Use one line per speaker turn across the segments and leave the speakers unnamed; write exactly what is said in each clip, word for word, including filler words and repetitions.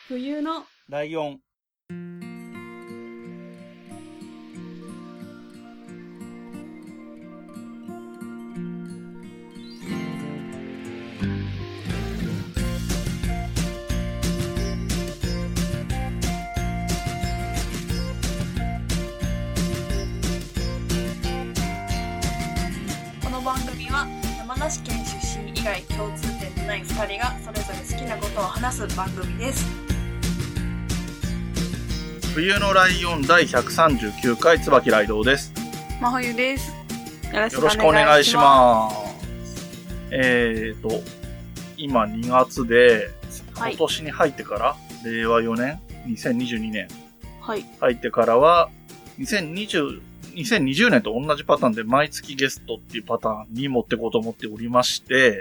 冬の
ライオン。
この番組は山梨県出身以外共通点のないふたりがそれぞれ好きなことを話す番組です。
冬のライオンだいひゃくさんじゅうきゅうかい椿ライドウです。
真冬です。よろし
よろしくお願いします。えーと、今にがつで、
はい、
今年に入ってから、れいわよねん、にせんにじゅうにねん、
はい、
入ってからは、にせんにじゅう、にせんにじゅうねんと同じパターンで毎月ゲストっていうパターンに持っていこうと思っておりまして、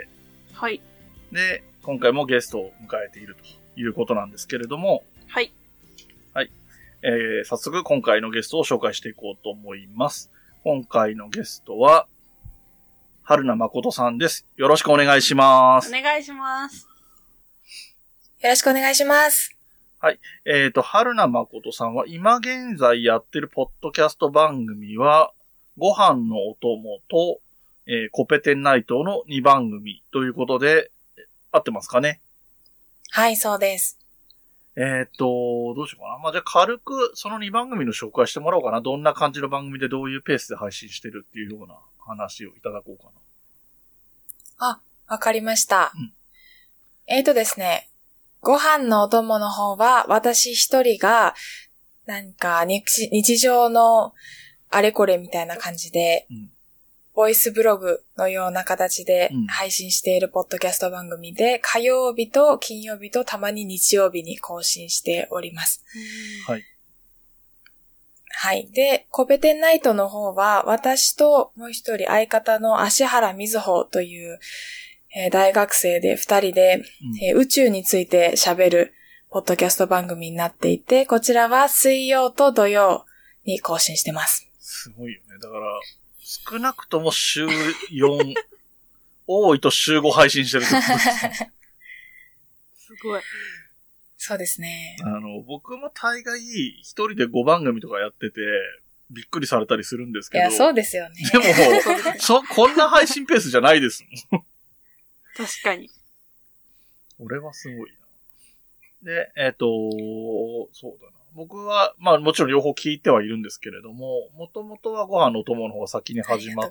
はい。
で、今回もゲストを迎えているということなんですけれども、
はい。
はい。えー、早速今回のゲストを紹介していこうと思います。今回のゲストは、春名誠さんです。よろしくお願いします。
お願いします。
よろしくお願いします。
はい。えっと、春名誠さんは今現在やってるポッドキャスト番組は、ご飯のお供と、えー、コペテンナイトのにばんぐみということで、合ってますかね？
はい、そうです。
えっと、どうしようかな。まあ、じゃあ軽くそのにばんぐみの紹介してもらおうかな。どんな感じの番組でどういうペースで配信してるっていうような話をいただこうかな。
あ、わかりました。
うん、
えーとですね、ご飯のお供の方は私一人がなんか日、日常のあれこれみたいな感じで、うん、ボイスブログのような形で配信しているポッドキャスト番組で、うん、火曜日と金曜日とたまに日曜日に更新しております。
はい。
はい。で、コペテンナイトの方は私ともう一人相方の芦原瑞穂という、えー、大学生で二人で、うんえー、宇宙について喋るポッドキャスト番組になっていて、こちらは水曜と土曜に更新してます。
すごいよね。だから、少なくとも週よん、多いと週ご配信してるってことですね。
すごい。
そうですね。
あの、僕も大概一人でごばんぐみとかやってて、びっくりされたりするんですけど。
いや、そうですよね。
でも、そ、こんな配信ペースじゃないですもん。
確かに。
俺はすごいな。で、えっと、そうだな。僕は、まあもちろん両方聞いてはいるんですけれども、もともとはご飯のお供の方が先に始まって、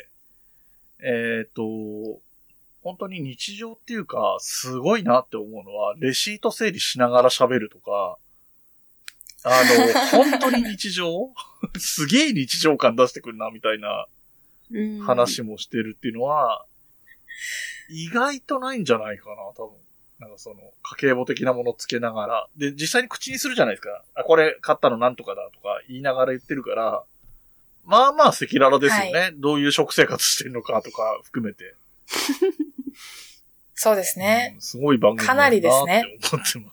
えっと、本当に日常っていうか、すごいなって思うのは、レシート整理しながら喋るとか、あの、本当に日常すげえ日常感出してくるな、みたいな話もしてるっていうのは、意外とないんじゃないかな、多分。なんかその、家計簿的なものつけながら。で、実際に口にするじゃないですか。あ、これ買ったのなんとかだとか言いながら言ってるから、まあまあ赤裸々ですよね。はい、どういう食生活してるのかとか含めて。
そうですね、
うん。すごい番組だなって思ってます。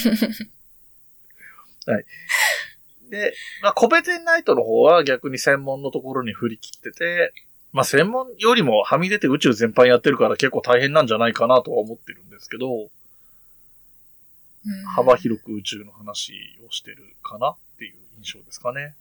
はい。で、まあ、コペテンナイトの方は逆に専門のところに振り切ってて、まあ、専門よりもはみ出て宇宙全般やってるから結構大変なんじゃないかなとは思ってるんですけど、うん、幅広く宇宙の話をしてるかなっていう印象ですかね。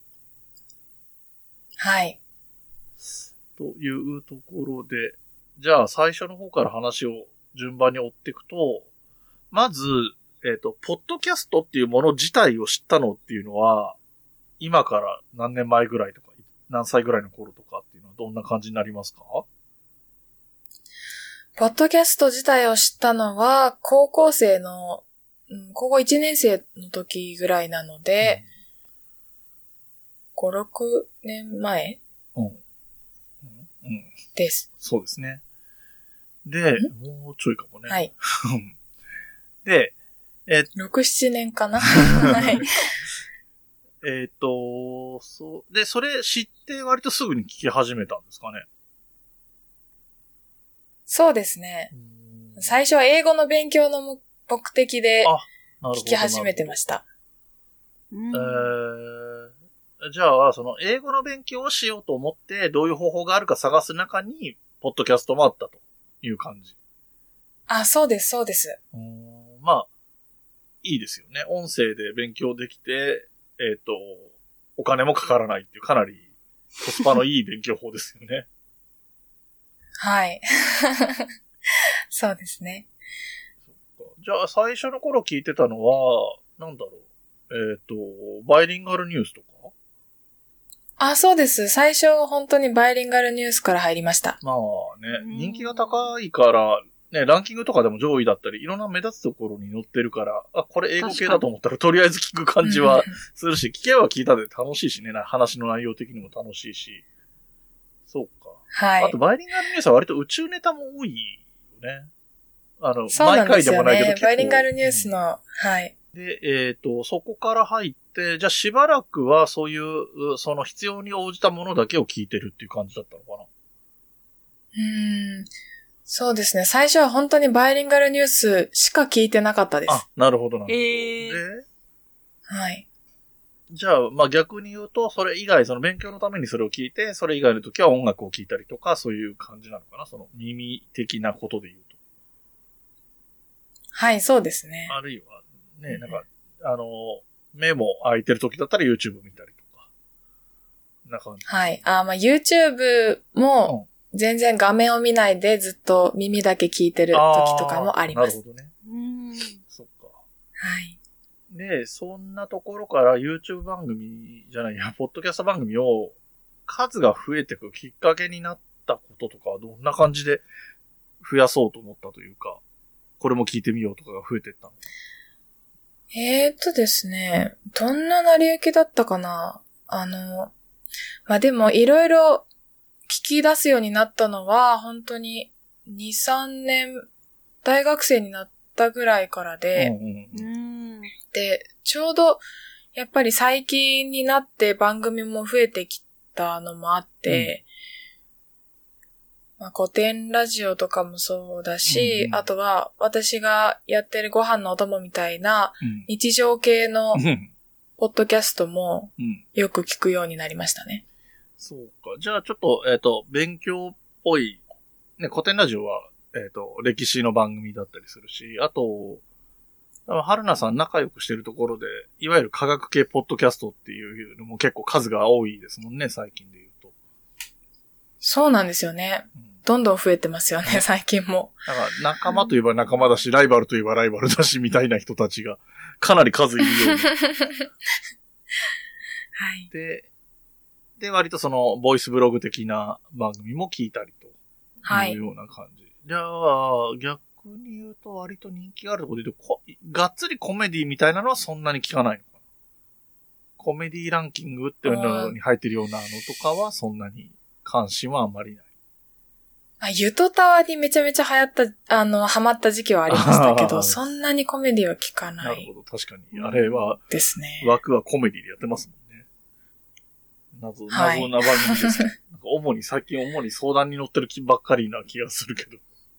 はい。
というところで、じゃあ最初の方から話を順番に追っていくと、まず、えっと、ポッドキャストっていうもの自体を知ったのっていうのは、今から何年前ぐらいとか、何歳ぐらいの頃とかっていうのはどんな感じになりますか？
ポッドキャスト自体を知ったのは、高校生の、うん、高校いちねん生の時ぐらいなので、うん、ご、ろくねんまえ、
うんうん、
です。
そうですね。で、もうちょいかもね。
はい。
で、えー、
ろく、ななねんかなはい。
えっと、そう。で、それ知って割とすぐに聞き始めたんですかね？
そうですね。最初は英語の勉強の目的で聞き始めてました。
えー、じゃあ、その英語の勉強をしようと思ってどういう方法があるか探す中に、ポッドキャストもあったという感じ。
あ、そうです、そうです。
うーん、まあ、 いいですよね。音声で勉強できて、えっと、お金もかからないっていうかなりコスパのいい勉強法ですよね。
はい。そうですね。
そっか。じゃあ最初の頃聞いてたのは、なんだろう。えっと、バイリンガルニュースとか？
あ、そうです。最初本当にバイリンガルニュースから入りました。
まあね、人気が高いから、ね、ランキングとかでも上位だったり、いろんな目立つところに載ってるから、あ、これ英語系だと思ったらとりあえず聞く感じはするし、聞けば聞いたで楽しいしね、話の内容的にも楽しいし。そうか。
はい。
あと、バイリンガルニュースは割と宇宙ネタも多いよね。あの、
そうなんですよね、
毎回でもないけど結構。
バイリンガルニュースの、うん、はい。
で、えっと、そこから入って、じゃあしばらくはそういう、その必要に応じたものだけを聞いてるっていう感じだったのかな。
うーん。そうですね。最初は本当にバイリンガルニュースしか聞いてなかったです。
あ、なるほどなるほど。
えー、
で、
はい。
じゃあ、まあ逆に言うと、それ以外、その勉強のためにそれを聞いて、それ以外の時は音楽を聞いたりとか、そういう感じなのかな、その耳的なことで言うと。
はい、そうですね。
あるいは、ね、なんか、あの、目も開いてる時だったら YouTube 見たりとか。な感じ。
はい。あ、まあ YouTube も、全然画面を見ないでずっと耳だけ聞いてる時とかもあります。
なるほどね。
うん。
そっか。
はい。
で、そんなところから YouTube 番組じゃないや、ポッドキャスト番組を数が増えていくきっかけになったこととかはどんな感じで増やそうと思ったというか、これも聞いてみようとかが増えていったの？
えーっとですね、どんな成り行きだったかな？あの、まあ、でもいろいろ聞き出すようになったのは、本当にに、さんねん、大学生になったぐらいからで、
うんうん、
で、ちょうど、やっぱり最近になって番組も増えてきたのもあって、うん、まあ、古典ラジオとかもそうだし、うんうん、あとは私がやってるご飯のお供みたいな日常系のポッドキャストもよく聞くようになりましたね。
そうか。じゃあちょっと、えっと、勉強っぽい、ね、古典ラジオは、えっと、歴史の番組だったりするし、あと、春菜さん仲良くしてるところで、いわゆる科学系ポッドキャストっていうのも結構数が多いですもんね、最近で言うと。
そうなんですよね。うん、どんどん増えてますよね、最近も。
だから仲間といえば仲間だし、ライバルといえばライバルだし、みたいな人たちがかなり数いるように。はい。で、で、割とその、ボイスブログ的な番組も聞いたりというような感じ。はい、じゃあ、逆に言うと割と人気があるところで言うと、がっつりコメディみたいなのはそんなに聞かないのかな。コメディランキングっていうのに入ってるようなのとかはそんなに関心はあんまりない。
あ、ゆとたわにめちゃめちゃ流行った、あの、ハマった時期はありましたけど、そんなにコメディは聞かない。
なるほど、確かに。あれは、
ですね。
枠はコメディでやってますもんね。謎、謎な番組ですね。はい、なんか主に、最近主に相談に乗ってる気ばっかりな気がするけど。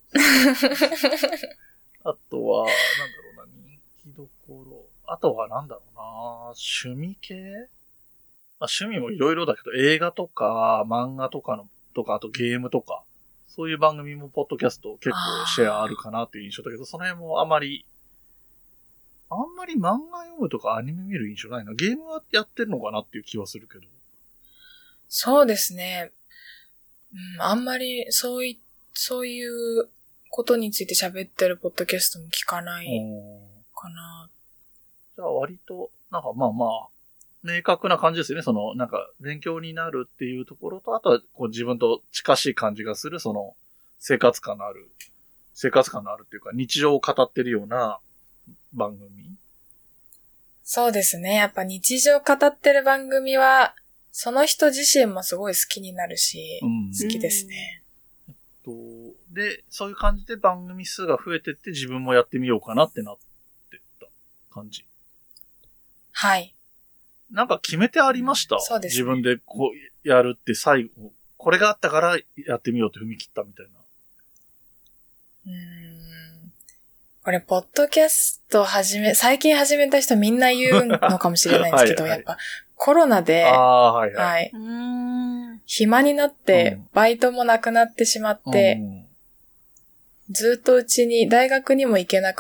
あとは、なんだろうな、人気どころ。あとはなんだろうな、趣味系？まあ、趣味もいろいろだけど、映画とか、漫画とかの、とか、あとゲームとか、そういう番組もポッドキャスト結構シェアあるかなっていう印象だけど、その辺もあまり、あんまり漫画読むとかアニメ見る印象ないな。ゲームはやってるのかなっていう気はするけど。
そうですね。うん、あんまりそうい、そういうことについて喋ってるポッドキャストも聞かないかな。
じゃあ割と、なんかまあまあ、明確な感じですよね。その、なんか勉強になるっていうところと、あとはこう自分と近しい感じがする、その生活感のある、生活感のあるっていうか日常を語ってるような番組。
そうですね。やっぱ日常語ってる番組は、その人自身もすごい好きになるし、うん、好きですね。
えっと、で、そういう感じで番組数が増えてって自分もやってみようかなってなってった感じ。
はい。
なんか決めてありました？
そうですね。
自分でこうやるって最後、これがあったからやってみようって踏み切ったみたいな。
うーん。これ、ポッドキャスト始め、最近始めた人みんな言うのかもしれないんですけど、はいはい、やっぱコロナで、
あー、はいはい
はい、うーん暇になって、うん、バイトもなくなってしまって、うん、ずっとうちに、大学にも行けなくなって、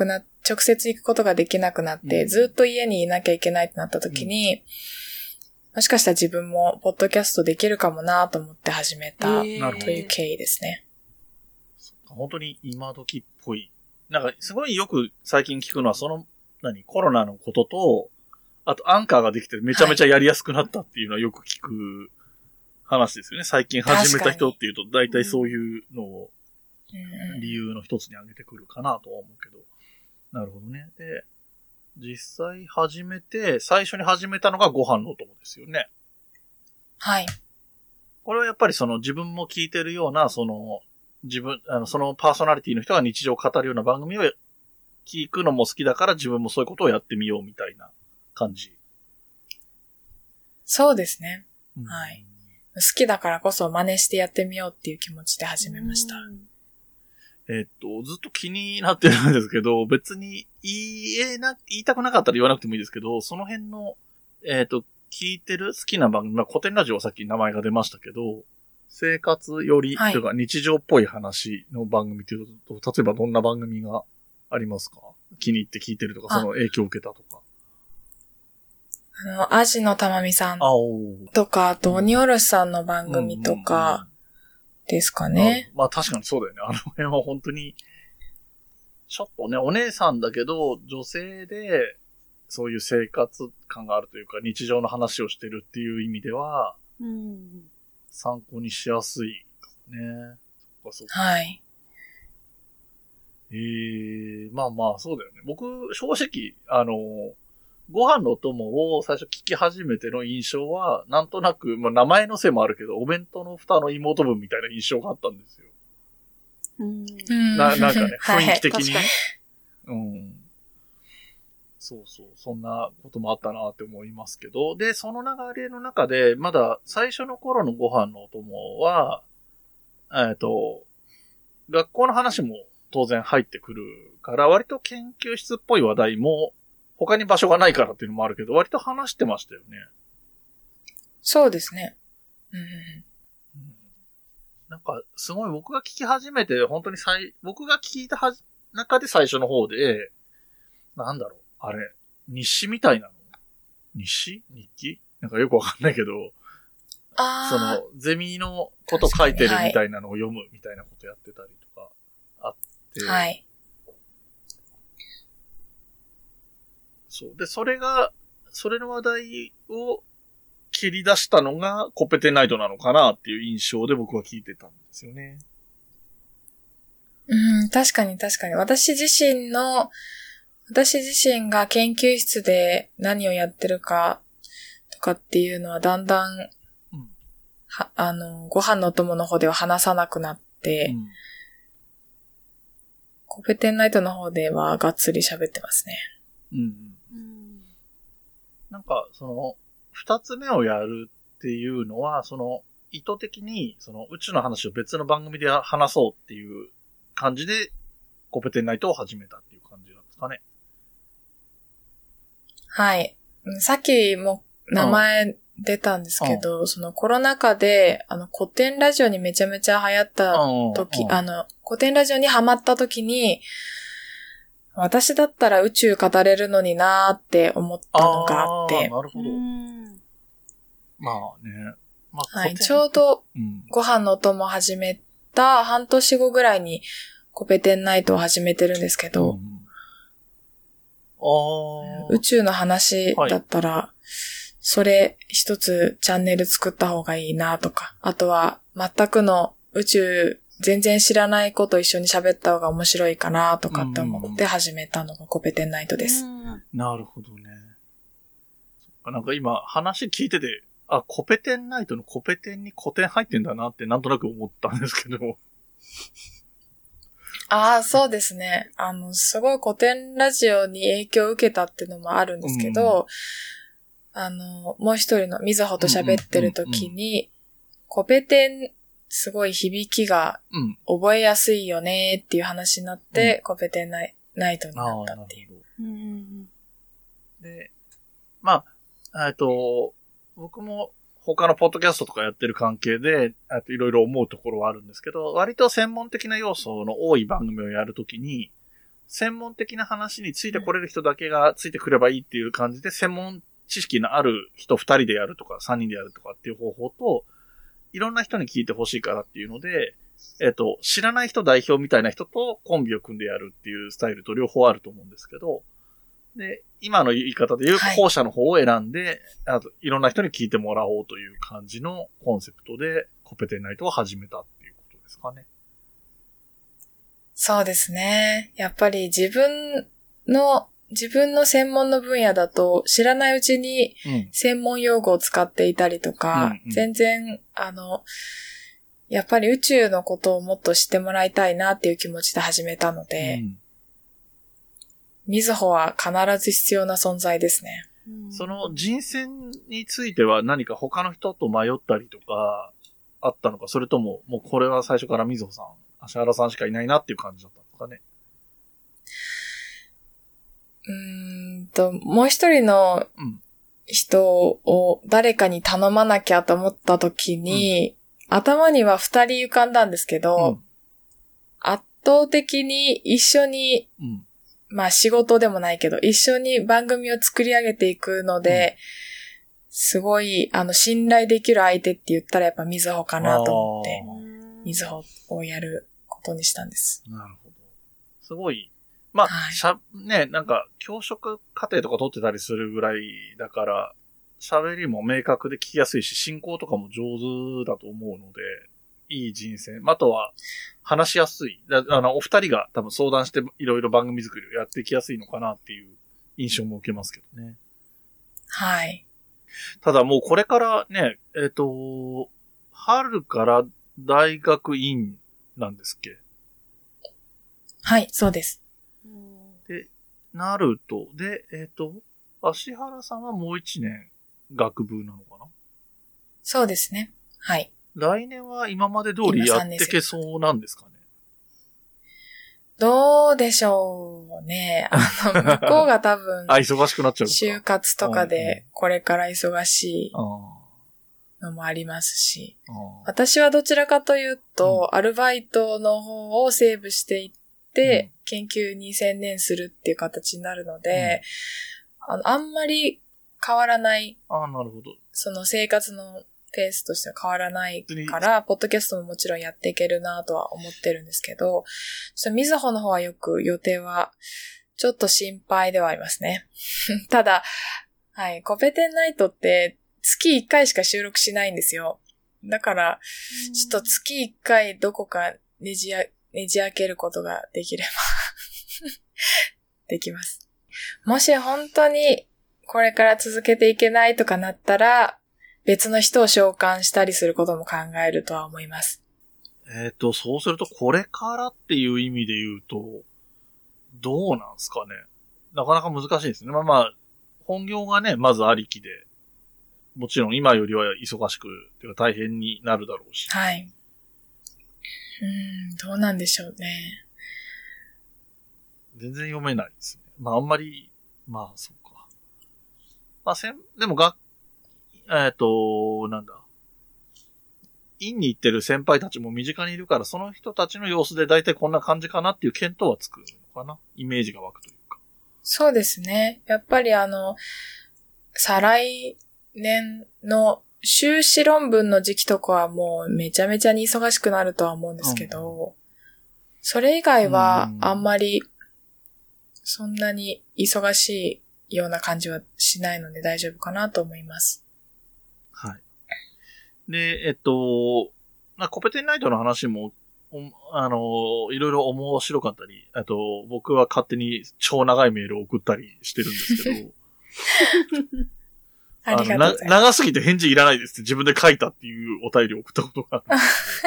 直接行くことができなくなって、うん、ずっと家にいなきゃいけないってなった時に、うん、もしかしたら自分もポッドキャストできるかもなと思って始めたという経緯ですね。
本当に今時っぽい。なんかすごいよく最近聞くのはその、何、コロナのことと、あとアンカーができてめちゃめちゃやりやすくなったっていうのはよく聞く話ですよね。最近始めた人っていうと大体そういうのを理由の一つに挙げてくるかなとは思うけど。なるほどね。で、実際始めて、最初に始めたのがご飯のお供ですよね。
はい。
これはやっぱりその自分も聞いてるような、その、自分、あの、そのパーソナリティの人が日常を語るような番組を聞くのも好きだから自分もそういうことをやってみようみたいな感じ。
そうですね。うん、はい。好きだからこそ真似してやってみようっていう気持ちで始めました。
えっと、ずっと気になってるんですけど、別に言えな、言いたくなかったら言わなくてもいいですけど、その辺の、えっと、聞いてる好きな番組、まあ、古典ラジオはさっき名前が出ましたけど、生活より、はい、というか日常っぽい話の番組というと、例えばどんな番組がありますか？気に入って聞いてるとか、その影響を受けたとか。
あの、アジのたまみさんとか、あと、鬼おろしさんの番組とか、ですかね。
まあ確かにそうだよね。あの辺は本当に、ちょっとね、お姉さんだけど、女性で、そういう生活感があるというか、日常の話をしてるっていう意味では、うん、参考にしやすいかもね。そっかそっか。
はい。
ええー、まあまあそうだよね。僕、正直、あの、ご飯のお供を最初聞き始めての印象は、なんとなく、まあ名前のせいもあるけど、お弁当の蓋の妹分みたいな印象があったんですよ。
うん。
な、なんかね、雰囲気的にね。
はい、
うん。そうそう、そんなこともあったなって思いますけど、で、その流れの中で、まだ最初の頃のご飯のお供は、えっと、学校の話も当然入ってくるから、割と研究室っぽい話題も、他に場所がないからっていうのもあるけど、割と話してましたよね。
そうですね。うんうん、
なんか、すごい僕が聞き始めて、本当に最、僕が聞いたはじ中で最初の方で、なんだろう、あれ、日誌みたいなの？日誌？日記？なんかよくわかんないけど、
あ
その、ゼミのこと書いてるみたいなのを読むみたいなことやってたりとかあって、
はい。
そう。で、それが、それの話題を切り出したのがコペテンナイトなのかなっていう印象で僕は聞いてたんですよね。
うん、確かに確かに。私自身の、私自身が研究室で何をやってるかとかっていうのはだんだん、うん、はあの、ご飯のお供の方では話さなくなって、うん、コペテンナイトの方ではがっつり喋ってますね。
うん。なんか、その、二つ目をやるっていうのは、その、意図的に、その、宇宙の話を別の番組で話そうっていう感じで、コペテンナイトを始めたっていう感じなんですかね。
はい。さっきも名前出たんですけど、うん、そのコロナ禍で、あの、古典ラジオにめちゃめちゃ流行った時、うんうん、あの、古典ラジオにハマった時に、私だったら宇宙語れるのになーって思ったのがあって。
あなるほど。まあね。まあ、
はい。ちょうど、ご飯のお供始めた半年後ぐらいにコペテンナイトを始めてるんですけど、うん、
あ
宇宙の話だったら、はい、それ一つチャンネル作った方がいいなとか、あとは全くの宇宙、全然知らない子と一緒に喋った方が面白いかなとかって思って始めたのがコペテンナイトです。
なるほどね。なんか今話聞いてて、あ、コペテンナイトのコペテンに古典入ってんだなってなんとなく思ったんですけど。
ああ、そうですね。あの、すごい古典ラジオに影響を受けたっていうのもあるんですけど、うん、あの、もう一人のみずほと喋ってる時に、コペテンすごい響きが覚えやすいよねっていう話になって、うん、コペテンナイトになったっていう。うん、
で、まあ、えっと、僕も他のポッドキャストとかやってる関係で、あといろいろ思うところはあるんですけど、割と専門的な要素の多い番組をやるときに、 専門的な話についてこれる人だけがついてくればいいっていう感じで、専門知識のある人二人でやるとか三人でやるとかっていう方法と、いろんな人に聞いてほしいからっていうので、えっと、知らない人代表みたいな人とコンビを組んでやるっていうスタイルと両方あると思うんですけど、で、今の言い方で言う後者の方を選んで、はい、あといろんな人に聞いてもらおうという感じのコンセプトでコペテンナイトを始めたっていうことですかね。
そうですね。やっぱり自分の、自分の専門の分野だと知らないうちに専門用語を使っていたりとか、うんうん、全然、あの、やっぱり宇宙のことをもっと知ってもらいたいなっていう気持ちで始めたので、うん、みずほは必ず必要な存在ですね。
その人選については何か他の人と迷ったりとかあったのか、それとももうこれは最初からみずほさん、芦原さんしかいないなっていう感じだったんですかね。
うーんと、もう一人の人を誰かに頼まなきゃと思った時に、うん、頭には二人浮かんだんですけど、うん、圧倒的に一緒に、うん、まあ仕事でもないけど、一緒に番組を作り上げていくので、うん、すごい、あの、信頼できる相手って言ったらやっぱみずほかなと思って、みずほをやることにしたんです。
なるほど。すごい。まあ、はい、しゃ、ね、なんか、教職課程とか取ってたりするぐらいだから、喋りも明確で聞きやすいし、進行とかも上手だと思うので、いい人生。あとは、話しやすい。あの、お二人が多分相談していろいろ番組作りをやっていきやすいのかなっていう印象も受けますけどね。
はい。
ただもうこれからね、えっと、春から大学院なんですっけ？
はい、そうです。
で、なると、で、えっと、芦原さんはもう一年学部なのかな？
そうですね。はい。
来年は今まで通りやってけそうなんですかね？
どうでしょうね。あの、向こうが多分、
あ、忙しくなっちゃう。
就活とかで、これから忙しいのもありますし、私はどちらかというと、うん、アルバイトの方をセーブしていって、うん、研究に専念するっていう形になるので、うん、あの、あんまり変わらない。
あ、なるほど。
その生活のペースとしては変わらないから、ポッドキャストももちろんやっていけるなとは思ってるんですけど、そのみずほの方はよく予定はちょっと心配ではありますね。ただ、はい、コペテンナイトって月いっかいしか収録しないんですよ。だから、ちょっと月いっかいどこかねじあ、ねじ開けることができればできます。もし本当にこれから続けていけないとかなったら、別の人を召喚したりすることも考えるとは思います。
えっと、そうするとこれからっていう意味で言うと、どうなんすかね。なかなか難しいですね。まあまあ、本業がね、まずありきで、もちろん今よりは忙しく、てか大変になるだろうし。
はい。うーん、どうなんでしょうね。
全然読めないですね。まああんまり、まあそうか。まあせん、でも学えっと、なんだ。院に行ってる先輩たちも身近にいるから、その人たちの様子で大体こんな感じかなっていう見当はつくのかな？イメージが湧くというか。
そうですね。やっぱりあの、再来年の修士論文の時期とかはもうめちゃめちゃに忙しくなるとは思うんですけど、うん、それ以外はあんまりそんなに忙しいような感じはしないので大丈夫かなと思います。
はい。で、えっと、まあ、コペテンナイトの話も、あの、いろいろ面白かったり、あと、僕は勝手に超長いメールを送ったりしてるんですけど、
ありがとうございます。
長すぎて返事いらないですって自分で書いたっていうお便りを送ったことがあるん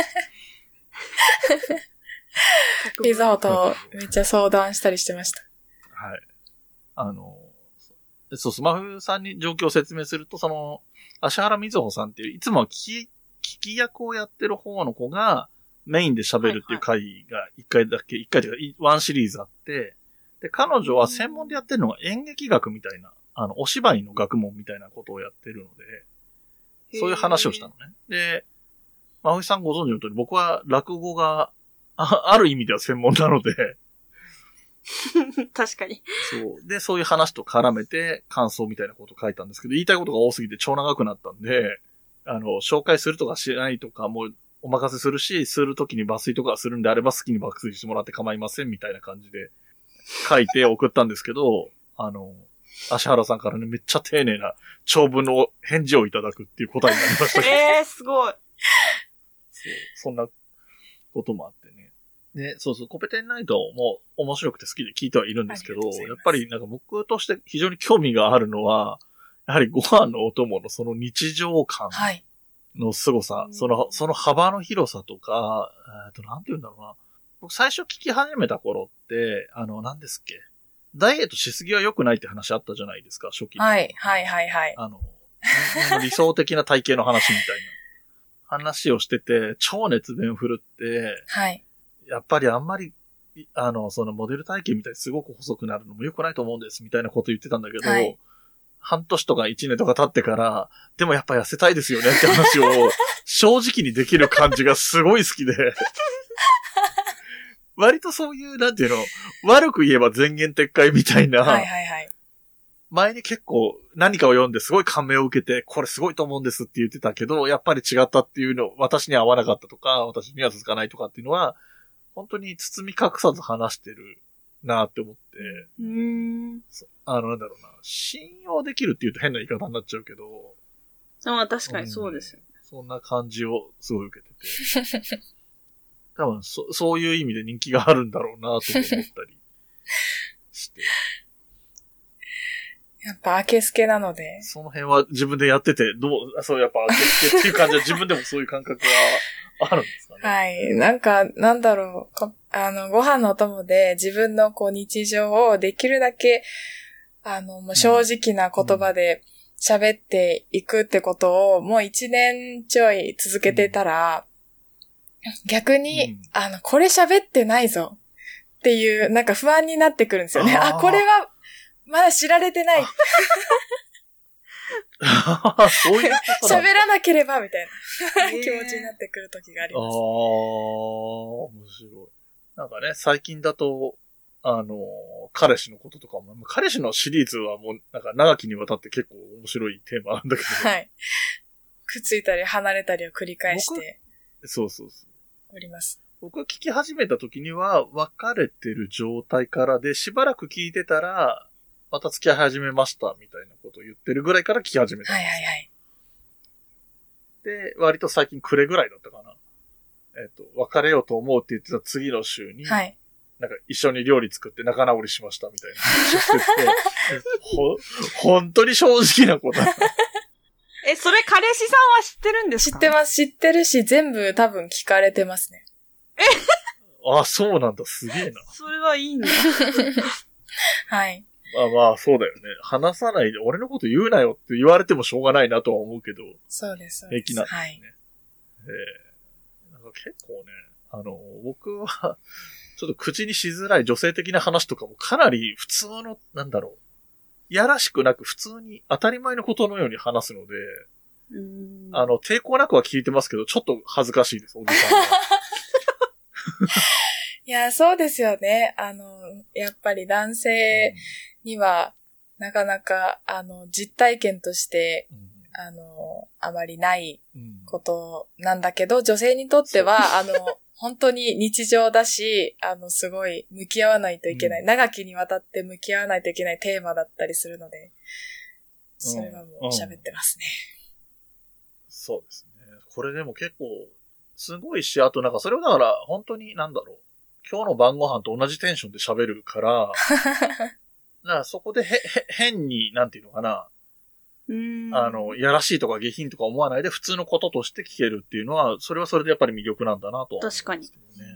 ですけど。
リゾートめっちゃ相談したりしてました。
はい。あの、そう、スマフさんに状況を説明すると、その、芦原瑞穂さんっていう、いつもは聞き、聞き役をやってる方の子がメインで喋るっていう回が一回だけ、一回というか、ワンシリーズあって、で、彼女は専門でやってるのが演劇学みたいな、あの、お芝居の学問みたいなことをやってるので、そういう話をしたのね。で、まふいさんご存知の通り、僕は落語があ、ある意味では専門なので、
確かに。
そう。で、そういう話と絡めて感想みたいなことを書いたんですけど、言いたいことが多すぎて超長くなったんで、あの、紹介するとかしないとかもうお任せするし、するときに抜粋とかするんであれば好きに抜粋してもらって構いませんみたいな感じで書いて送ったんですけど、あの、芦原さんからね、めっちゃ丁寧な長文の返事をいただくっていう答えになりましたけど。
えー、すごい。
そう、そんなこともあってね。ね、そうそう、コペテンナイトも面白くて好きで聞いてはいるんですけど、やっぱりなんか僕として非常に興味があるのは、やはりご飯のお供のその日常感の凄さ、はい、その、その幅の広さとか、えっと、なんて言うんだろうな。僕最初聞き始めた頃って、あの、何ですっけ。ダイエットしすぎは良くないって話あったじゃないですか、初期に。
はい、はい、はい、はい。
あの、理想的な体型の話みたいな話をしてて、超熱弁振るって、
はい。
やっぱりあんまり、あの、そのモデル体型みたいにすごく細くなるのも良くないと思うんです、みたいなこと言ってたんだけど、はい、半年とか一年とか経ってから、でもやっぱ痩せたいですよねって話を正直にできる感じがすごい好きで、割とそういう、なんていうの、悪く言えば前言撤回みたいな、
はいはいはい。
前に結構何かを読んですごい感銘を受けて、これすごいと思うんですって言ってたけど、やっぱり違ったっていうの、私には合わなかったとか、私には続かないとかっていうのは、本当に包み隠さず話してるなって思って、
うーん。
あの、なんだろうな、信用できるって言うと変な言い方になっちゃうけど、
ああ、確かにそうですよね、
うん。そんな感じをすごい受けてて。多分そ、そういう意味で人気があるんだろうなと思ったりして。
やっぱ、明けすけなので。
その辺は自分でやってて、どう、そう、やっぱ明けすけっていう感じは自分でもそういう感覚はあるんですかね。
はい。なんか、なんだろう。あの、ご飯のお供で自分のこう日常をできるだけ、あの、もう正直な言葉で喋っていくってことを、もう一年ちょい続けてたら、逆に、うん、あの、これ喋ってないぞっていう、なんか不安になってくるんですよね。あ, あ、これは、まだ知られてない。
そういうこと
喋らなければみたいな気持ちになってくる時があります。
ああ、面白い。なんかね、最近だと、あの、彼氏のこととかも、彼氏のシリーズはもう、なんか長きにわたって結構面白いテーマなんだけど。
はい。くっついたり離れたりを繰り返して。
そうそうそう。
おります。
僕が聞き始めた時には、別れてる状態からで、しばらく聞いてたら、また付き合い始めましたみたいなことを言ってるぐらいから聞き始めたんです。
はいはいはい。
で、割と最近暮れぐらいだったかな。えっと、別れようと思うって言ってた次の週に、はい。なんか一緒に料理作って仲直りしましたみたいな話をしてて、ほ、本当に正直なこと
え、それ彼氏さんは知ってるんですか？
知ってます、知ってるし、全部多分聞かれてますね。
え
あ、そうなんだ、すげえな。
それはいいんだ。
はい。
まあまあ、そうだよね。話さないで、俺のこと言うなよって言われてもしょうがないなとは思うけど。
そうです、そう
です。平気なんですね。
はい。
えー、なんか結構ね、あの、僕は、ちょっと口にしづらい女性的な話とかもかなり普通の、なんだろう。やらしくなく普通に当たり前のことのように話すので、
うーん
あの、抵抗なくは聞いてますけど、ちょっと恥ずかしいです、おじさんは。
いや、そうですよね。あの、やっぱり男性には、なかなか、あの、実体験として、うん、あの、あまりないことなんだけど、女性にとっては、あの、本当に日常だし、あの、すごい向き合わないといけない、うん、長きにわたって向き合わないといけないテーマだったりするので、それはもう喋ってますね、
うんうん。そうですね。これでも結構、すごいし、あとなんかそれをだから、本当になんだろう。今日の晩ご飯と同じテンションで喋るから、だからそこでへ、へ、変に、なんていうのかな。
うーん
あの、やらしいとか下品とか思わないで普通のこととして聞けるっていうのは、それはそれでやっぱり魅力なんだなとは思うんですけどね。
確かに。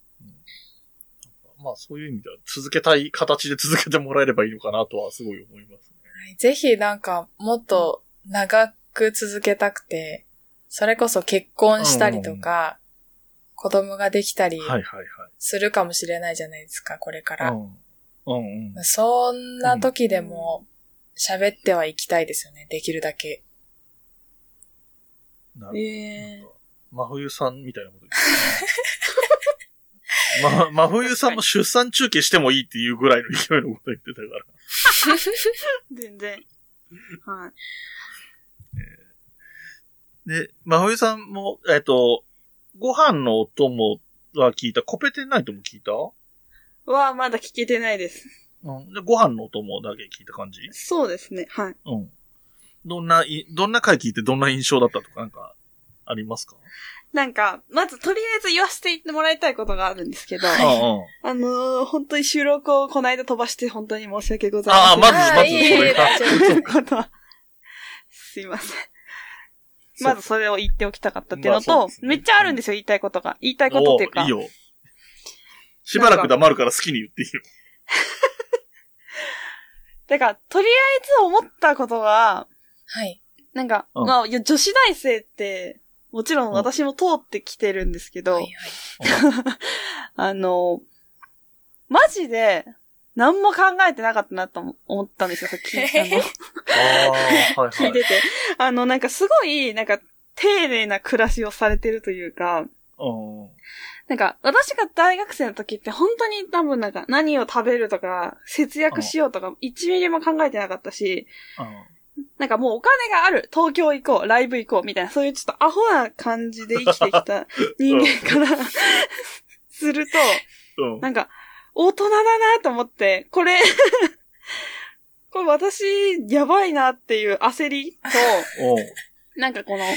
うん、まあそういう意味では続けたい形で続けてもらえればいいのかなとはすごい思いますね。
はい、ぜひなんかもっと長く続けたくて、それこそ結婚したりとか、うん、子供ができたりするかもしれないじゃないですか、これから。
うんうんうん、
そんな時でも、喋ってはいきたいですよね。できるだけ。
なるほど。
えー、
真冬さんみたいなことですね。 ま、真冬さんも出産中継してもいいっていうぐらいの勢いのこと言ってたから。
全然。はい。
で、真冬さんも、えっと、ご飯のお供は聞いた。コペテンナイトも聞いた？
は、まだ聞けてないです。
うん。で、ご飯のお供だけ聞いた感じ？
そうですね、はい。
うん。どんな、どんな回聞いてどんな印象だったとかなんか、ありますか？
なんか、まずとりあえず言わせてもらいたいことがあるんですけど、
はい、
あのー、本当に収録をこの間飛ばして本当に申し訳ございません。
ああ、まず、まずそれが。
ということは、すいません。まずそれを言っておきたかったっていうのと、まあね、めっちゃあるんですよ、言いたいことが。言いたいことっていうか。
いいよ。しばらく黙るから好きに言っていいよ。
だから、とりあえず思ったことは、
はい。
なんか、うん、まあ、女子大生って、もちろん私も通ってきてるんですけど、はいはい、あの、マジで、何も考えてなかったなと思ったんですよ、さっき。あの
あ、はいはい、
聞いてて。あの、なんかすごい、なんか、丁寧な暮らしをされてるというか、なんか、私が大学生の時って本当に多分なんか、何を食べるとか、節約しようとか、いちミリも考えてなかったし、なんかもうお金がある、東京行こう、ライブ行こう、みたいな、そういうちょっとアホな感じで生きてきた人間からすると、なんか、大人だなと思って、これ、これ私、やばいなっていう焦りと、なんかこの、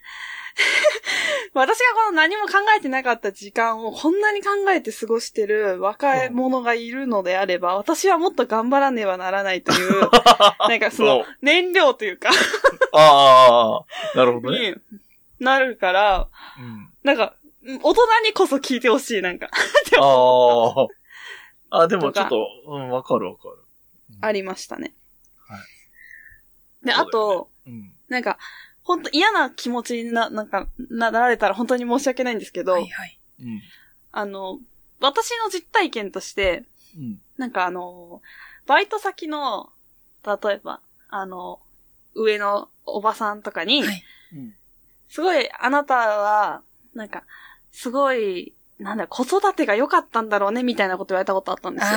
私がこの何も考えてなかった時間をこんなに考えて過ごしてる若い者がいるのであれば、私はもっと頑張らねばならないという、なんかその燃料というか
ああ、なるほどね。
になるから、うん、なんか、大人にこそ聞いてほしい、なんか
ああ。あ、でもちょっと、うん、わかるわかる。
うん、ありましたね。
はい。
で、あと、うん、なんか、本当嫌な気持ちにな、なんか、なられたら本当に申し訳ないんですけど、はいはい。うん、あの、私の実体験として、うん、なんかあの、バイト先の、例えば、あの、上のおばさんとかに、はい、すごい、あなたは、なんか、すごい、なんだ、子育てが良かったんだろうね、みたいなこと言われたことあったんですよ。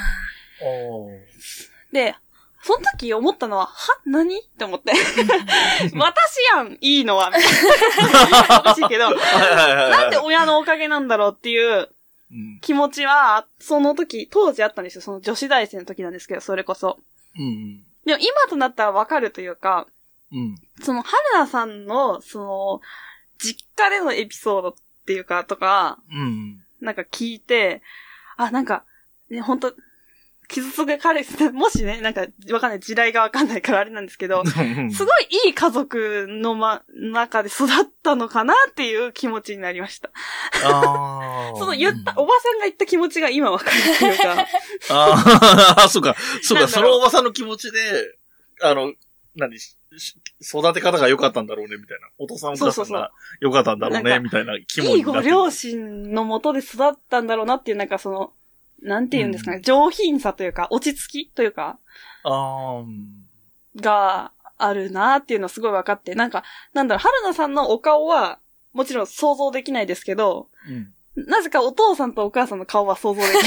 で、その時思ったのは、は何って思って。私やん、いいのは。みたいな。おかしいけど、なんで親のおかげなんだろうっていう気持ちは、その時、当時あったんですよ。その女子大生の時なんですけど、それこそ。うん、でも今となったらわかるというか、うん、その、春菜さんの、その、実家でのエピソードっていうか、とか、うん、なんか聞いて、あ、なんか、ね、ほんと、傷つけ彼氏、もしね、なんか、わかんない、地雷がわかんないからあれなんですけど、すごいいい家族のま、中で育ったのかなっていう気持ちになりました。あその言った、おばさんが言った気持ちが今わかるっていうか。
ああ、そうか、そうか、そのおばさんの気持ちで、あの、何、育て方が良かったんだろうね、みたいな。お父さんお母さんが良かったんだろうね、みたいな気持ちになって。いい
ご両親のもとで育ったんだろうなっていう、なんかその、なんて言うんですかね、うん、上品さというか、落ち着きというか、あがあるなっていうのすごい分かって、なんか、なんだろう、春菜さんのお顔は、もちろん想像できないですけど、うん、なぜかお父さんとお母さんの顔は想像できない。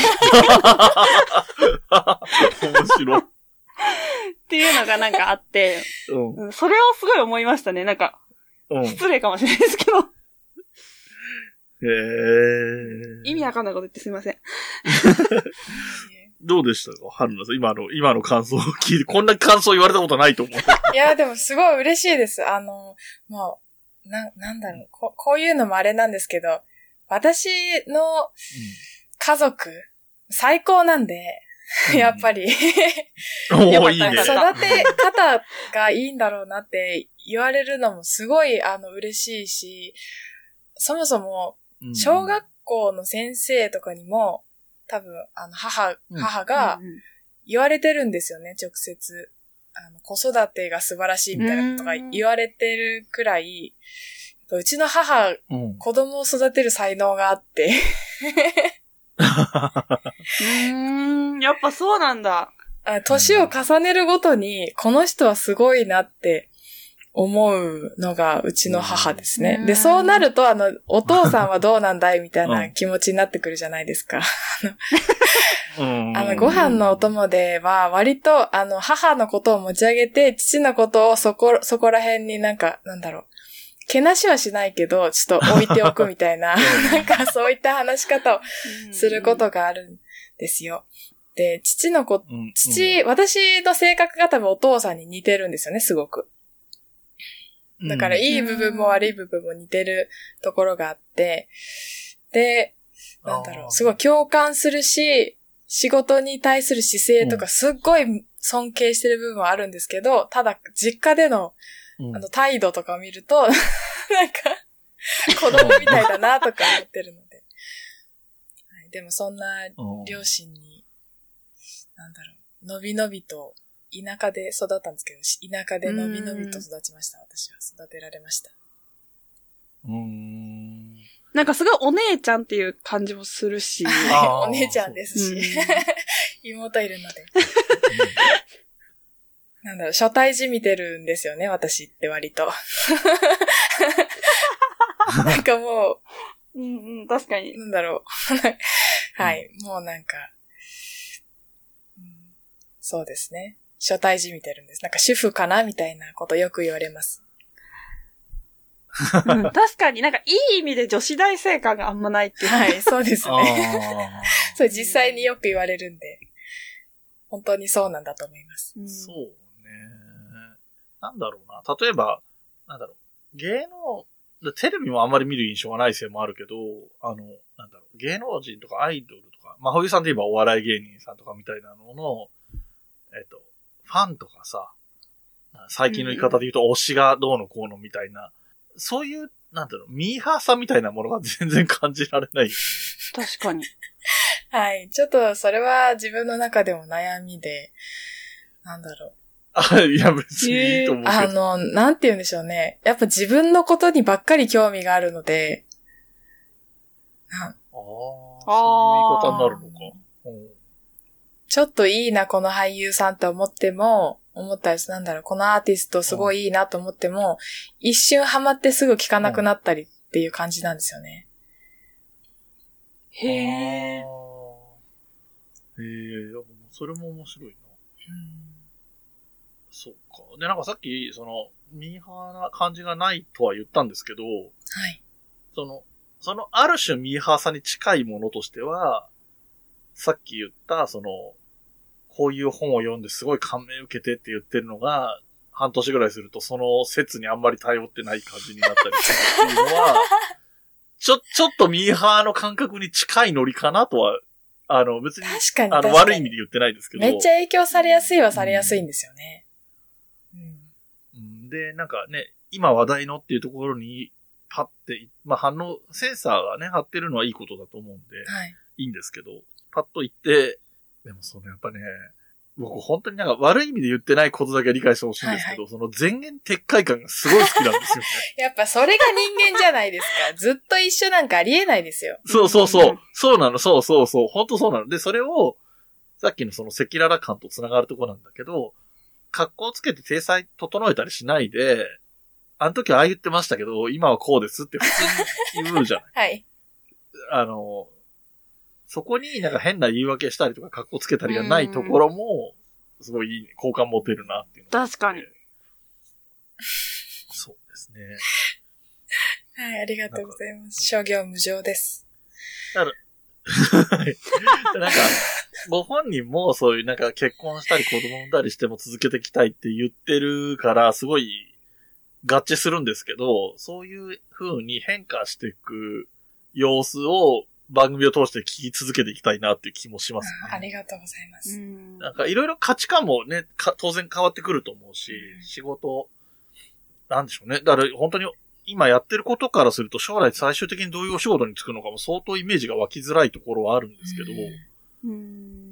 面白い。
っていうのがなんかあって、うん、それをすごい思いましたね、なんか、うん、失礼かもしれないですけど。
へー。
意味わかんないこと言ってすいません。
どうでしたか春菜さん。今の、今の感想を聞いて、こんな感想言われたことないと思う。
いや、でもすごい嬉しいです。あの、もう、な、なんだろうこ。こういうのもあれなんですけど、私の家族、うん、最高なんで、やっぱり。
おおいいね。
育て方がいいんだろうなって言われるのもすごい、あの、嬉しいし、そもそも、小学校の先生とかにも、多分、あの、母、母が言われてるんですよね、直接。あの、子育てが素晴らしいみたいなことが言われてるくらい、うちの母、うん、子供を育てる才能があって。
うーん、やっぱそうなんだ。
年を重ねるごとに、この人はすごいなって思うのがうちの母ですね。で、そうなると、あの、お父さんはどうなんだいみたいな気持ちになってくるじゃないですか。あの、ご飯のお供では、割と、あの、母のことを持ち上げて、父のことをそこ、そこら辺になんか、なんだろう。けなしはしないけど、ちょっと置いておくみたいな、なんかそういった話し方をすることがあるんですよ。で、父の子、父、私の性格が多分お父さんに似てるんですよね、すごく。だから、いい部分も悪い部分も似てるところがあって、で、なんだろう、すごい共感するし、仕事に対する姿勢とかすっごい尊敬してる部分はあるんですけど、ただ、実家での、あの、態度とかを見ると、なんか、子供みたいだなとか思ってるので。はい、でも、そんな両親に、なんだろう、のびのびと、田舎で育ったんですけど、田舎でのびのびと育ちました。私は育てられました。
うーん。
なんかすごいお姉ちゃんっていう感じもするし。
お姉ちゃんですし。妹いるので。なんだろう、初対じみてるんですよね、私って割と。なんかも
う。うんうん、確かに。
なんだろう。はい、もうなんか、うん、そうですね。初対じみてるんです。なんか主婦かなみたいなことよく言われます。
うん、確かになんかいい意味で女子大生感があんまないっていう。
はい、そうですね。それ実際によく言われるんで、本当にそうなんだと思います。
うん、そうね。なんだろうな。例えば、なんだろう。芸能、テレビもあんまり見る印象がないせいもあるけど、あの、なんだろう。芸能人とかアイドルとか、まあ、ほゆさんで言えばお笑い芸人さんとかみたいなのの、えっと、ファンとかさ、最近の言い方で言うと推しがどうのこうのみたいな、そういう、なんだろう、ミーハーさみたいなものが全然感じられない。
確かに。
はい。ちょっとそれは自分の中でも悩みで、なんだろう。
あ、いや別にいいと思うけど。
あの、なんて言うんでしょうね。やっぱ自分のことにばっかり興味があるので、
ああ、そういう言い方になるのか。うん
ちょっといいな、この俳優さんと思っても、思ったりする、なんだろう、このアーティストすごいいいなと思っても、一瞬ハマってすぐ聴かなくなったりっていう感じなんですよね。
へえ。へえ、
それも面白いな。
うん、
そうか。で、なんかさっき、その、ミーハーな感じがないとは言ったんですけど、はい。その、そのある種ミーハーさに近いものとしては、さっき言った、その、こういう本を読んですごい感銘受けてって言ってるのが、半年ぐらいするとその説にあんまり頼ってない感じになったりするっていうのは、ちょ、ちょっとミーハーの感覚に近いノリかなとは、あの別に、
確かに
あの悪い意味で言ってないですけど。
めっちゃ影響されやすいはされやすいんですよね。
うん、で、なんかね、今話題のっていうところに、パッて、まあ反応、センサーがね、張ってるのはいいことだと思うんで、はい、いいんですけど、パッと言って、でもそのやっぱね、僕本当になんか悪い意味で言ってないことだけ理解してほしいんですけど、はいはい、その前言撤回感がすごい好きなんですよね。
やっぱそれが人間じゃないですか。ずっと一緒なんかありえないですよ。
そうそうそう。そうなの、そうそうそう。本当そうなの。で、それを、さっきのその赤裸々感と繋がるところなんだけど、格好つけて体裁整えたりしないで、あの時はああ言ってましたけど、今はこうですって普通に言うじゃない。
はい。
あの、そこになんか変な言い訳したりとか格好つけたりがないところも、すごい好感持てるなっていう。
確かに。
そうですね。
はい、ありがとうございます。諸行無常です。
だから、なんか、ご本人もそういうなんか結婚したり子供産んだりしても続けていきたいって言ってるから、すごい合致するんですけど、そういう風に変化していく様子を番組を通して聞き続けていきたいなっていう気もしますね。
ありがとうございます。
なんかいろいろ価値観もね、当然変わってくると思うし、うん、仕事、なんでしょうね。だから本当に今やってることからすると将来最終的にどういうお仕事に就くのかも相当イメージが湧きづらいところはあるんですけど、うん、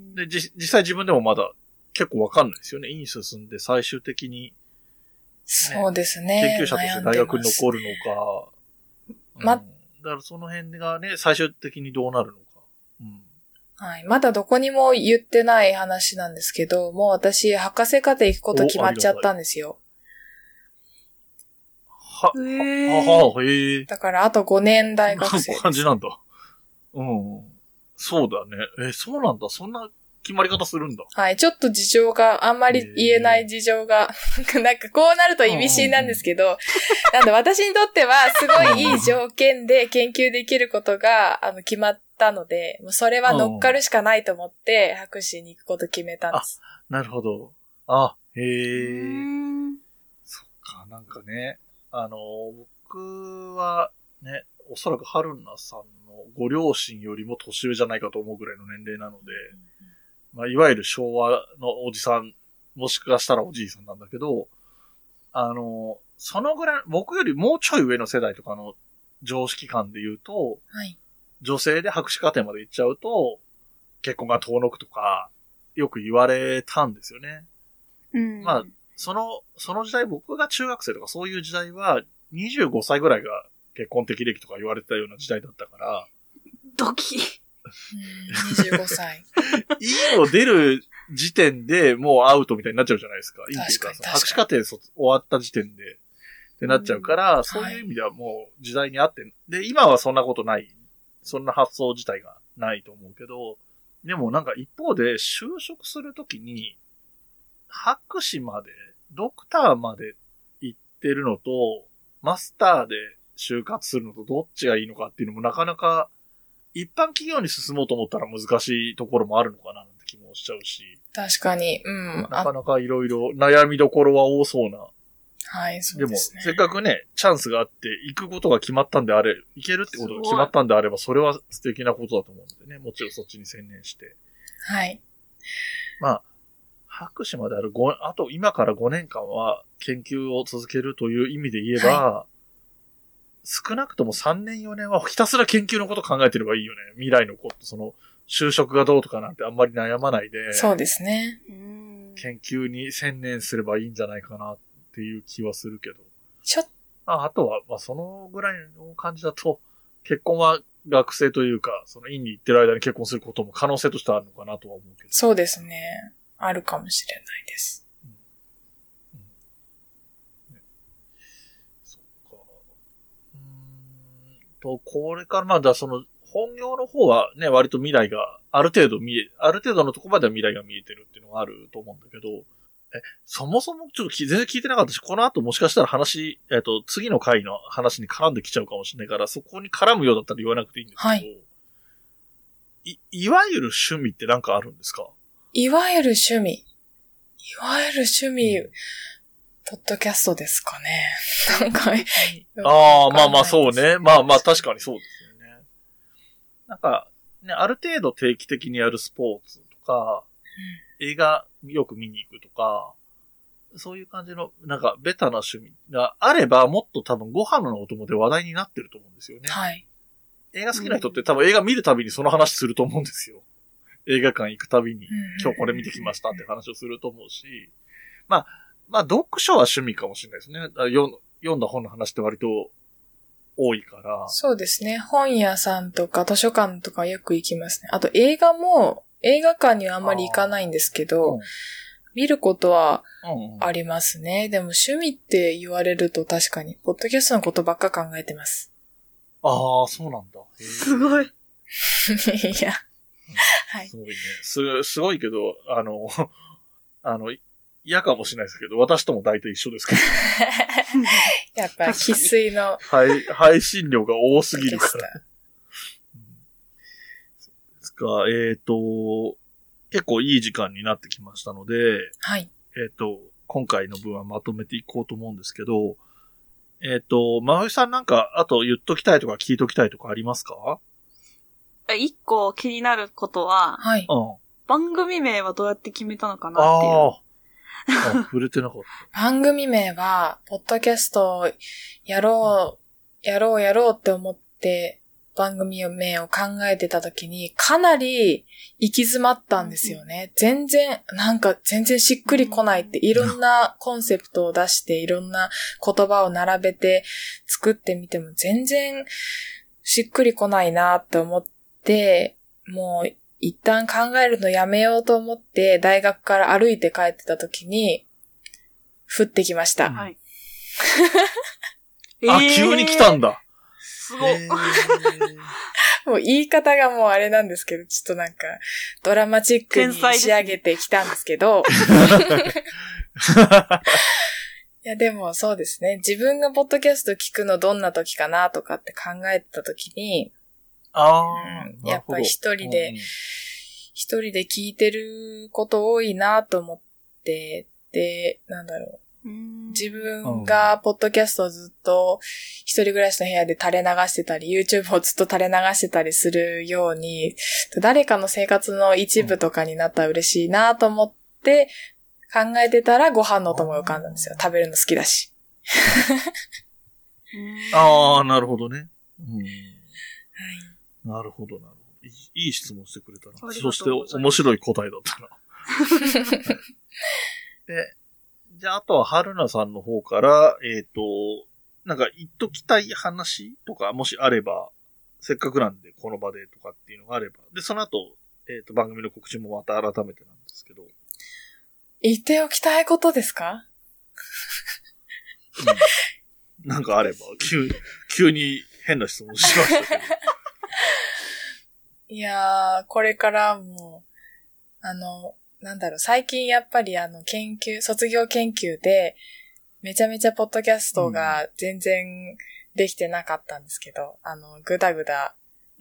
で、じ、実際自分でもまだ結構わかんないですよね。院進んで最終的に、ね、
そうですね。
研究者として大学に残るのか、
ま、
うん、だからその辺がね、最終的にどうなるのか。うん、
はい。まだどこにも言ってない話なんですけど、もう私、博士課程行くこと決まっちゃったんですよ。
は、
へ
は、は、は、へえ。
だからあとごねん大学生。
こんな感じなんだ。うん。そうだね。え、そうなんだ。そんな決まり方するんだ。
はい。ちょっと事情が、あんまり言えない事情が、なんかこうなると意味深なんですけど、なんで私にとってはすごいいい条件で研究できることが、あの、決まったので、もうそれは乗っかるしかないと思って、博士に行くこと決めたんです。
なるほど。あ、へえ。
ー
そっか、なんかね、あの、僕はね、おそらく春菜さんのご両親よりも年上じゃないかと思うぐらいの年齢なので、まあ、いわゆる昭和のおじさん、もしかしたらおじいさんなんだけど、あの、そのぐらい、僕よりもうちょい上の世代とかの常識感で言うと、
はい、
女性で博士課程まで行っちゃうと、結婚が遠のくとか、よく言われたんですよね。
うん、
まあ、その、その時代、僕が中学生とかそういう時代は、にじゅうごさいぐらいが結婚適齢期とか言われてたような時代だったから、
ドキ。
にじゅうごさい。
家を出る時点でもうアウトみたいになっちゃうじゃないですか。いいっていうか、博士課程終わった時点でってなっちゃうから、うん、そういう意味ではもう時代に合って、で、今はそんなことない。そんな発想自体がないと思うけど、でもなんか一方で就職するときに、博士まで、ドクターまで行ってるのと、マスターで就活するのとどっちがいいのかっていうのもなかなか一般企業に進もうと思ったら難しいところもあるのかななんて気もしちゃうし。
確かに、うん。
なかなかいろいろ悩みどころは多そうな。
はい、そうですね。
でも、せっかくね、チャンスがあって、行くことが決まったんであれ、行けるってことが決まったんであれば、それは素敵なことだと思うんでね。もちろんそっちに専念して。
はい。
まあ、博士まであるご、あと今からごねんかんは研究を続けるという意味で言えば、はい、少なくともさんねんよねんはひたすら研究のこと考えてればいいよね。未来のこと、その、就職がどうとかなんてあんまり悩まないで。
そうですね。
研究に専念すればいいんじゃないかなっていう気はするけど。
ちょっ
あ、あとは、まあ、そのぐらいの感じだと、結婚は学生というか、その院に行ってる間に結婚することも可能性としてあるのかなとは思うけど。
そうですね。あるかもしれないです。
うんうんね、そっか。うーんと、これからまだその、本業の方はね、割と未来が、ある程度見え、ある程度のところまでは未来が見えてるっていうのがあると思うんだけど、え、そもそもちょっと全然聞いてなかったし、この後もしかしたら話、えっと、次の回の話に絡んできちゃうかもしれないから、そこに絡むようだったら言わなくていいんですけど、はい、い、いわゆる趣味ってなんかあるんですか？
いわゆる趣味。いわゆる趣味、うん、ポッドキャストですかね。なんか、
ああ、まあまあそうね。まあまあ確かにそうですよね。なんか、ね、ある程度定期的にやるスポーツとか、うん、映画よく見に行くとか、そういう感じの、なんかベタな趣味があれば、もっと多分ご飯のお供で話題になってると思うんですよね。
はい。
映画好きな人って多分映画見るたびにその話すると思うんですよ。映画館行くたびに、今日これ見てきましたって話をすると思うし、まあ、まあ読書は趣味かもしれないですね。読んだ本の話って割と多いから。
そうですね。本屋さんとか図書館とかよく行きますね。あと映画も、映画館にはあんまり行かないんですけど、うん、見ることはありますね。うんうん、でも趣味って言われると確かに、ポッドキャストのことばっか考えてます。
ああ、そうなんだ。
すごい。
いや。はい。
すごいね。す、すごいけど、あの、あの、嫌かもしれないですけど、私とも大体一緒ですけど。
やっぱり、生粋の。
はい、配信量が多すぎるから。そうですか。えっと、結構いい時間になってきましたので、
はい。
えっと、今回の分はまとめていこうと思うんですけど、えっと、まふいさんなんか、あと言っときたいとか聞いときたいとかありますか？
一個気になることは、
はい。
うん。
番組名はどうやって決めたのかなっていう。
ああ。あ、触れてなかった。
番組名は、ポッドキャストをやろう、やろうやろうって思って、番組名を考えてた時に、かなり行き詰まったんですよね。全然、なんか全然しっくりこないって、いろんなコンセプトを出して、いろんな言葉を並べて作ってみても全然しっくりこないなって思って、もう一旦考えるのやめようと思って、大学から歩いて帰ってた時に、降ってきました。
はい。
えー、あ、急に来たんだ。
すごい。えー、
もう言い方がもうあれなんですけど、ちょっとなんか、ドラマチックに仕上げてきたんですけど。いやでもそうですね。自分がポッドキャスト聞くのどんな時かなとかって考えた時に、
あ
うん、やっぱり一人で、一人で聞いてること多いなと思って、で、なんだろう。自分がポッドキャストをずっと一人暮らしの部屋で垂れ流してたり、YouTube をずっと垂れ流してたりするように、誰かの生活の一部とかになったら嬉しいなと思って考えてたらご飯の音も浮かんだんですよ。食べるの好きだし。
ああ、なるほどね。うん、はい。なるほど、なるほど。いい、いい質問してくれたな。そして面白い答えだったな。で、じゃあ、あとは、春菜さんの方から、えっと、なんか言っときたい話とか、もしあれば、せっかくなんで、この場でとかっていうのがあれば。で、その後、えっと、番組の告知もまた改めてなんですけど。
言っておきたいことですか？
うん、なんかあれば、急、急に変な質問しましたけど。
いやー、これからも、あの、なんだろう、最近やっぱりあの、研究、卒業研究で、めちゃめちゃポッドキャストが全然できてなかったんですけど、うん、あの、ぐだぐだ、うん、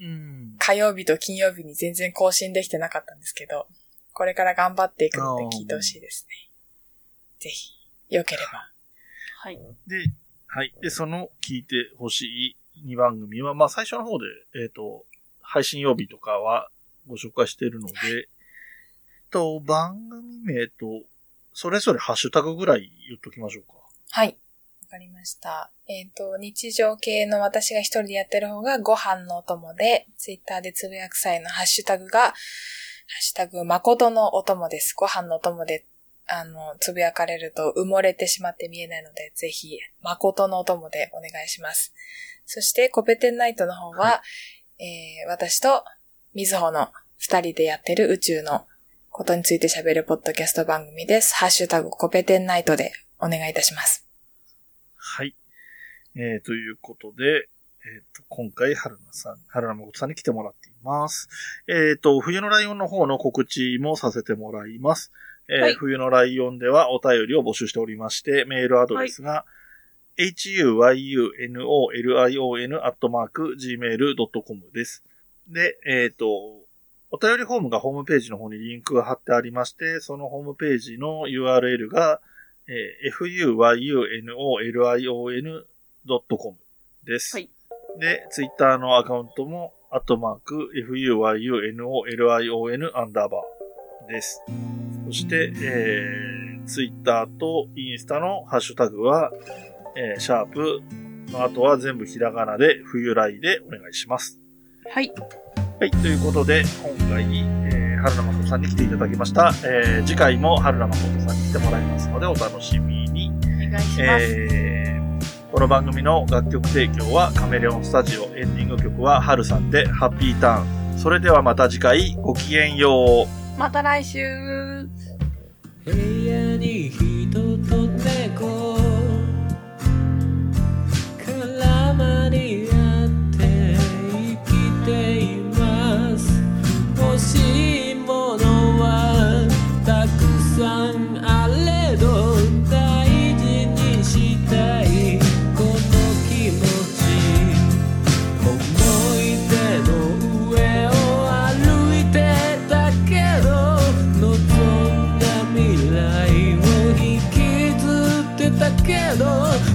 火曜日と金曜日に全然更新できてなかったんですけど、これから頑張っていくので聞いてほしいですね。ぜひ、よければ。
はい。
で、はい。で、その聞いてほしいにばん組は、まあ最初の方で、えっと、配信曜日とかはご紹介しているので、と、番組名と、それぞれハッシュタグぐらい言っときましょうか。
はい。わかりました。えっと、日常系の私が一人でやってる方がご飯のお供で、ツイッターでつぶやく際のハッシュタグが、ハッシュタグ誠のお供です。ご飯のお供で、あの、つぶやかれると埋もれてしまって見えないので、ぜひ、誠のお供でお願いします。そして、コペテンナイトの方は、はい、えー、私とみずほの二人でやってる宇宙のことについて喋るポッドキャスト番組です。ハッシュタグコペテンナイトでお願いいたします。
はい。えー、ということで、えっ、ー、と、今回、春菜さん、春菜誠さんに来てもらっています。えっ、ー、と、冬のライオンの方の告知もさせてもらいます。えーはい、冬のライオンではお便りを募集しておりまして、メールアドレスが、はい、エイチユーワイユーエヌオーエルアイオーエヌ アットマーク ジーメール ドットコム です。で、えっ、ー、と、お便りフォームがホームページの方にリンクが貼ってありまして、そのホームページの ユーアールエル が、えー、フユーワイユーエヌオーエルアイオーエヌ ドットコム です。はい。で、ツイッターのアカウントも、アットマーク、フユーワイユーエヌオーエルアイオーエヌ アンダーバーです。そして、えー、ツイッターとインスタのハッシュタグは、えー、シャープの後は全部ひらがなで、冬来でお願いします。
はい。
はい、ということで、今回、えー、春菜誠さんに来ていただきました。えー、次回も春菜誠さんに来てもらいますので、お楽しみに。
お願いします。
えー、この番組の楽曲提供はカメレオンスタジオ、エンディング曲は春さんでハッピーターン。それではまた次回、ごきげんよ
う。また来週。
部屋に人と猫絡まり合って生きています欲しいものはたくさんあれど大事にしたいこの気持ち思い出の上を歩いてたけど望んだ未来を引きずってたけど